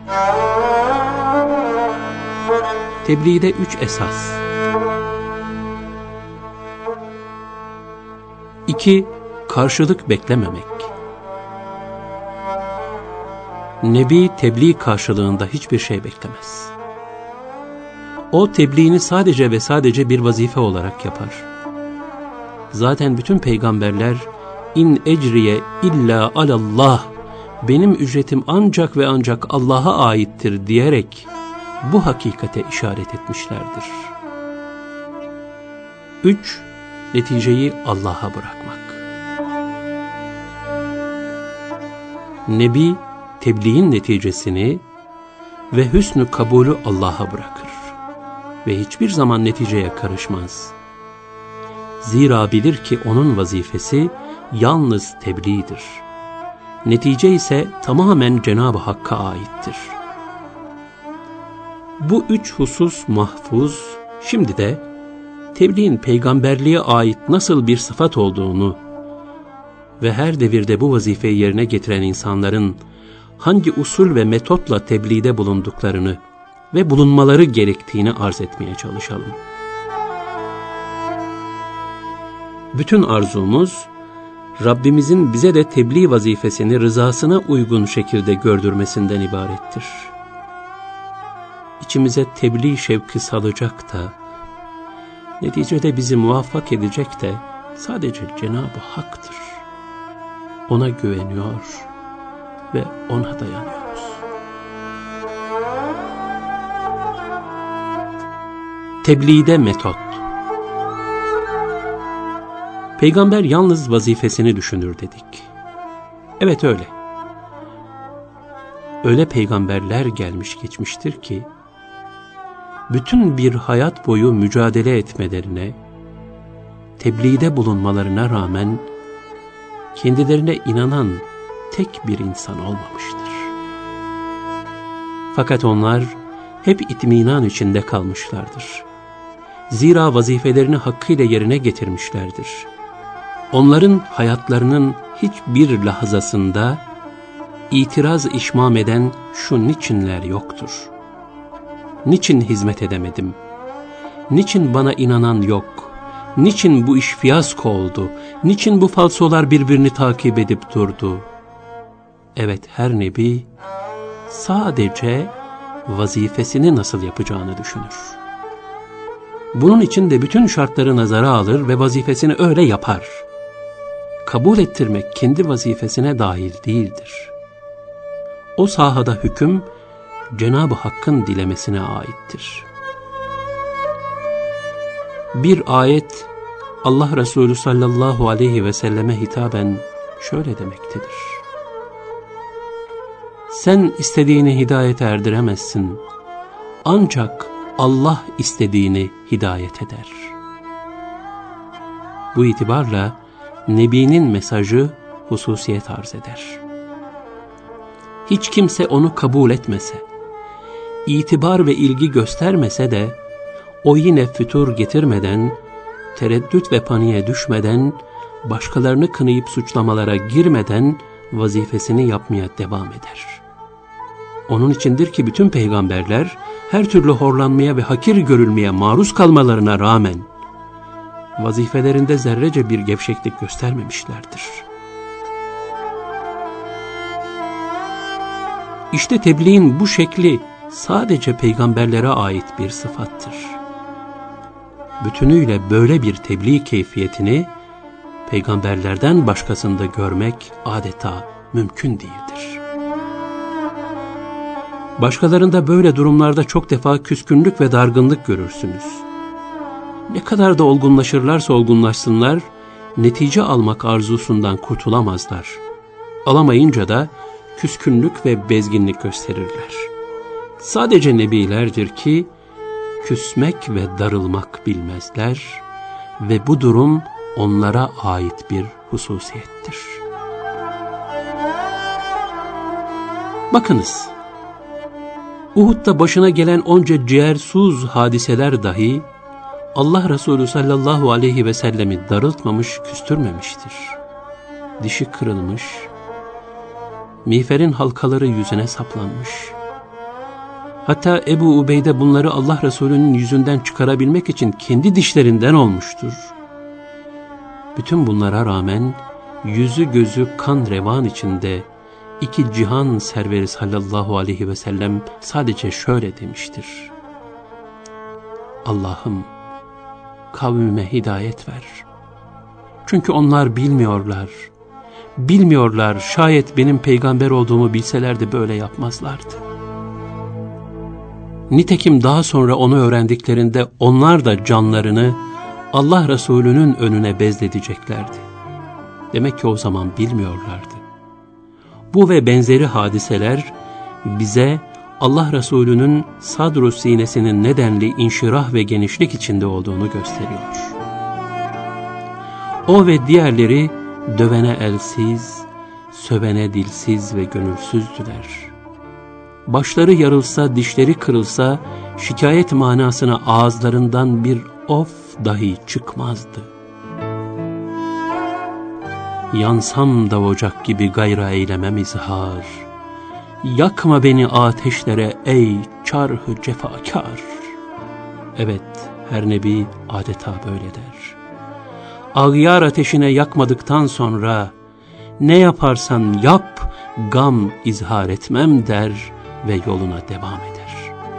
Tebliğde 3 esas. 2. Karşılık beklememek. Nebi tebliğ karşılığında hiçbir şey beklemez. O tebliğini sadece ve sadece bir vazife olarak yapar. Zaten bütün peygamberler in ecriye illa alallah, benim ücretim ancak ve ancak Allah'a aittir diyerek bu hakikate işaret etmişlerdir. 3. Neticeyi Allah'a bırakmak. Nebi tebliğin neticesini ve hüsnü kabulü Allah'a bırakır ve hiçbir zaman neticeye karışmaz. Zira bilir ki onun vazifesi yalnız tebliğdir. Netice ise tamamen Cenab-ı Hakk'a aittir. Bu 3 husus mahfuz, şimdi de tebliğin peygamberliğe ait nasıl bir sıfat olduğunu ve her devirde bu vazifeyi yerine getiren insanların hangi usul ve metotla tebliğde bulunduklarını ve bulunmaları gerektiğini arz etmeye çalışalım. Bütün arzumuz, Rabbimizin bize de tebliğ vazifesini rızasına uygun şekilde gördürmesinden ibarettir. İçimize tebliğ şevki salacak da, neticede bizi muvaffak edecek de sadece Cenab-ı Hak'tır. Ona güveniyor ve ona dayanıyoruz. Tebliğde metot. Peygamber yalnız vazifesini düşünür dedik. Evet öyle. Öyle peygamberler gelmiş geçmiştir ki, bütün bir hayat boyu mücadele etmelerine, tebliğde bulunmalarına rağmen, kendilerine inanan tek bir insan olmamıştır. Fakat onlar hep itminan içinde kalmışlardır. Zira vazifelerini hakkıyla yerine getirmişlerdir. Onların hayatlarının hiçbir lahzasında itiraz işmam eden şu niçinler yoktur. Niçin hizmet edemedim? Niçin bana inanan yok? Niçin bu iş fiyasko oldu? Niçin bu falsolar birbirini takip edip durdu? Evet, her nebi sadece vazifesini nasıl yapacağını düşünür. Bunun için de bütün şartları nazara alır ve vazifesini öyle yapar. Kabul ettirmek kendi vazifesine dahil değildir. O sahada hüküm Cenab-ı Hakk'ın dilemesine aittir. Bir ayet Allah Resulü sallallahu aleyhi ve selleme hitaben şöyle demektedir: sen istediğini hidayete erdiremezsin, ancak Allah istediğini hidayet eder. Bu itibarla Nebi'nin mesajı hususiyet arz eder. Hiç kimse onu kabul etmese, itibar ve ilgi göstermese de, o yine fütur getirmeden, tereddüt ve paniğe düşmeden, başkalarını kınayıp suçlamalara girmeden vazifesini yapmaya devam eder. Onun içindir ki bütün peygamberler her türlü horlanmaya ve hakir görülmeye maruz kalmalarına rağmen vazifelerinde zerrece bir gevşeklik göstermemişlerdir. İşte tebliğin bu şekli sadece peygamberlere ait bir sıfattır. Bütünüyle böyle bir tebliğ keyfiyetini peygamberlerden başkasında görmek adeta mümkün değildir. Başkalarında böyle durumlarda çok defa küskünlük ve dargınlık görürsünüz. Ne kadar da olgunlaşırlarsa olgunlaşsınlar, netice almak arzusundan kurtulamazlar. Alamayınca da küskünlük ve bezginlik gösterirler. Sadece nebilerdir ki küsmek ve darılmak bilmezler ve bu durum onlara ait bir hususiyettir. Bakınız, Uhud'da başına gelen onca ciğersuz hadiseler dahi Allah Resulü sallallahu aleyhi ve sellemi darıltmamış, küstürmemiştir. Dişi kırılmış, miğferin halkaları yüzüne saplanmış, Hatta Ebu Ubeyde bunları Allah Resulü'nün yüzünden çıkarabilmek için kendi dişlerinden olmuştur. Bütün bunlara rağmen yüzü gözü kan revan içinde iki cihan serveri sallallahu aleyhi ve sellem sadece şöyle demiştir: Allah'ım kavmime hidayet ver. Çünkü onlar bilmiyorlar, şayet benim peygamber olduğumu bilselerdi böyle yapmazlardı. Nitekim daha sonra onu öğrendiklerinde onlar da canlarını Allah Resulü'nün önüne bezledeceklerdi. Demek ki o zaman bilmiyorlardı. Bu ve benzeri hadiseler bize Allah Resulü'nün sadr-ı sinesinin nedenli inşirah ve genişlik içinde olduğunu gösteriyor. O ve diğerleri dövene elsiz, sövene dilsiz ve gönülsüzdüler. Başları yarılsa, dişleri kırılsa, şikayet manasına ağızlarından bir of dahi çıkmazdı. Yansam da ocak gibi gayra eylemem izhar, yakma beni ateşlere ey çarhı cefakar. Evet, her nebi adeta böyle der. Ağyar ateşine yakmadıktan sonra ne yaparsan yap, gam izhar etmem der ve yoluna devam eder.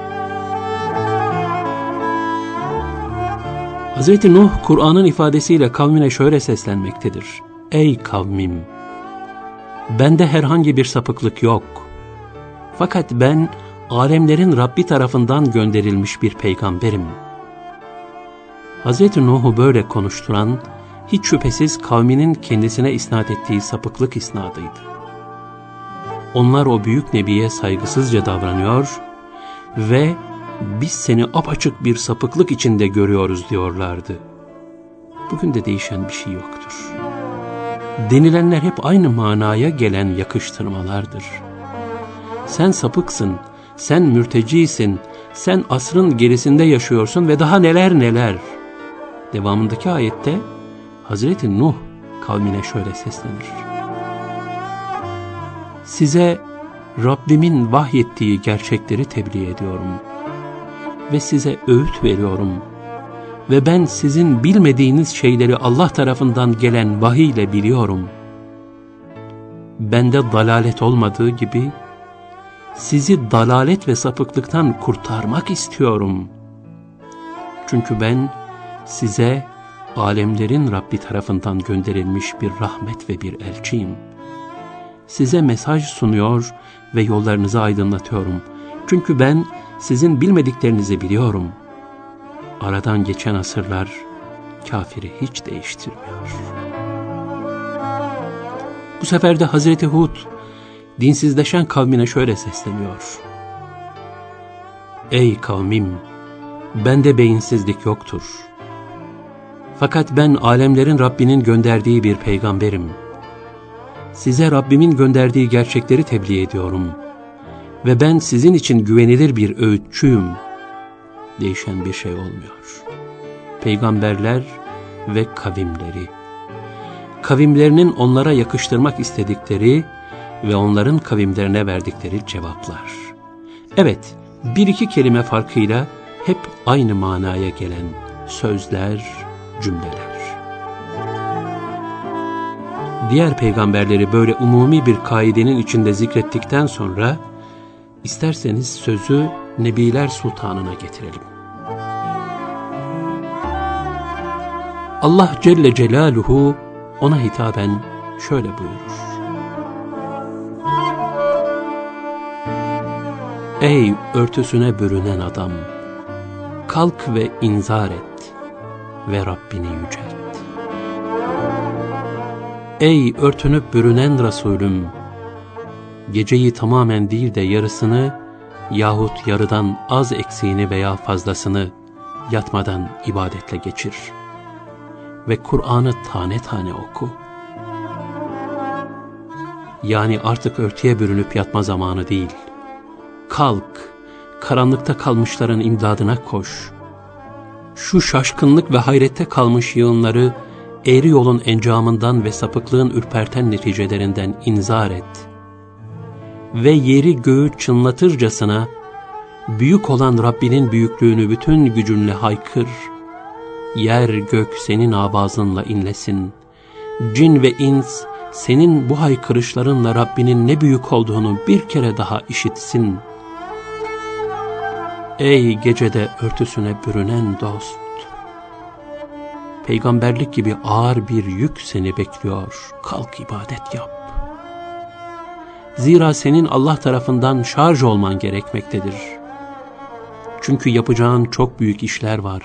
Hazreti Nuh, Kur'an'ın ifadesiyle kavmine şöyle seslenmektedir: Ey kavmim! Bende herhangi bir sapıklık yok. Fakat ben alemlerin Rabbi tarafından gönderilmiş bir peygamberim. Hazreti Nuh'u böyle konuşturan, hiç şüphesiz kavminin kendisine isnat ettiği sapıklık isnadıydı. Onlar o büyük nebiye saygısızca davranıyor ve biz seni apaçık bir sapıklık içinde görüyoruz diyorlardı. Bugün de değişen bir şey yoktur. Denilenler hep aynı manaya gelen yakıştırmalardır. Sen sapıksın, sen mürtecisin, sen asrın gerisinde yaşıyorsun ve daha neler neler. Devamındaki ayette Hazreti Nuh kavmine şöyle seslenir: Size Rabbimin vahyettiği gerçekleri tebliğ ediyorum ve size öğüt veriyorum ve ben sizin bilmediğiniz şeyleri Allah tarafından gelen vahiy ile biliyorum. Bende dalalet olmadığı gibi sizi dalalet ve sapıklıktan kurtarmak istiyorum. Çünkü ben size alemlerin Rabbi tarafından gönderilmiş bir rahmet ve bir elçiyim. Size mesaj sunuyor ve yollarınızı aydınlatıyorum. Çünkü ben sizin bilmediklerinizi biliyorum. Aradan geçen asırlar kafiri hiç değiştirmiyor. Bu sefer de Hazreti Hud dinsizleşen kavmine şöyle sesleniyor: Ey kavmim! Bende beyinsizlik yoktur. Fakat ben alemlerin Rabbinin gönderdiği bir peygamberim. Size Rabbimin gönderdiği gerçekleri tebliğ ediyorum. Ve ben sizin için güvenilir bir öğütçüyüm. Değişen bir şey olmuyor. Peygamberler ve kavimleri. Kavimlerinin onlara yakıştırmak istedikleri ve onların kavimlerine verdikleri cevaplar. Evet, bir iki kelime farkıyla hep aynı manaya gelen sözler, cümleler. Diğer peygamberleri böyle umumi bir kaidenin içinde zikrettikten sonra isterseniz sözü Nebiler Sultanı'na getirelim. Allah Celle Celaluhu ona hitaben şöyle buyurur: Ey örtüsüne bürünen adam! Kalk ve inzar et ve Rabbini yücelt. Ey örtünüp bürünen Resulüm! Geceyi tamamen değil de yarısını yahut yarıdan az eksiğini veya fazlasını yatmadan ibadetle geçir. Ve Kur'an'ı tane tane oku. Yani artık örtüye bürünüp yatma zamanı değil. Kalk, karanlıkta kalmışların imdadına koş. Şu şaşkınlık ve hayrette kalmış yığınları eğri yolun encamından ve sapıklığın ürperten neticelerinden inzar et. Ve yeri göğü çınlatırcasına Büyük olan Rabbinin büyüklüğünü bütün gücünle haykır. Yer gök senin avazınla inlesin. Cin ve ins senin bu haykırışlarınla Rabbinin ne büyük olduğunu bir kere daha işitsin. Ey gecede örtüsüne bürünen dost! Peygamberlik gibi ağır bir yük seni bekliyor. Kalk ibadet yap. Zira senin Allah tarafından şarj olman gerekmektedir. Çünkü yapacağın çok büyük işler var.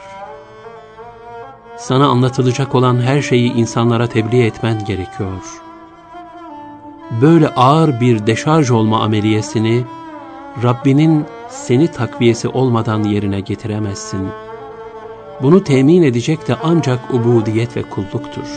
Sana anlatılacak olan her şeyi insanlara tebliğ etmen gerekiyor. Böyle ağır bir deşarj olma ameliyesini Rabbinin seni takviyesi olmadan yerine getiremezsin. Bunu temin edecek de ancak ubudiyet ve kulluktur.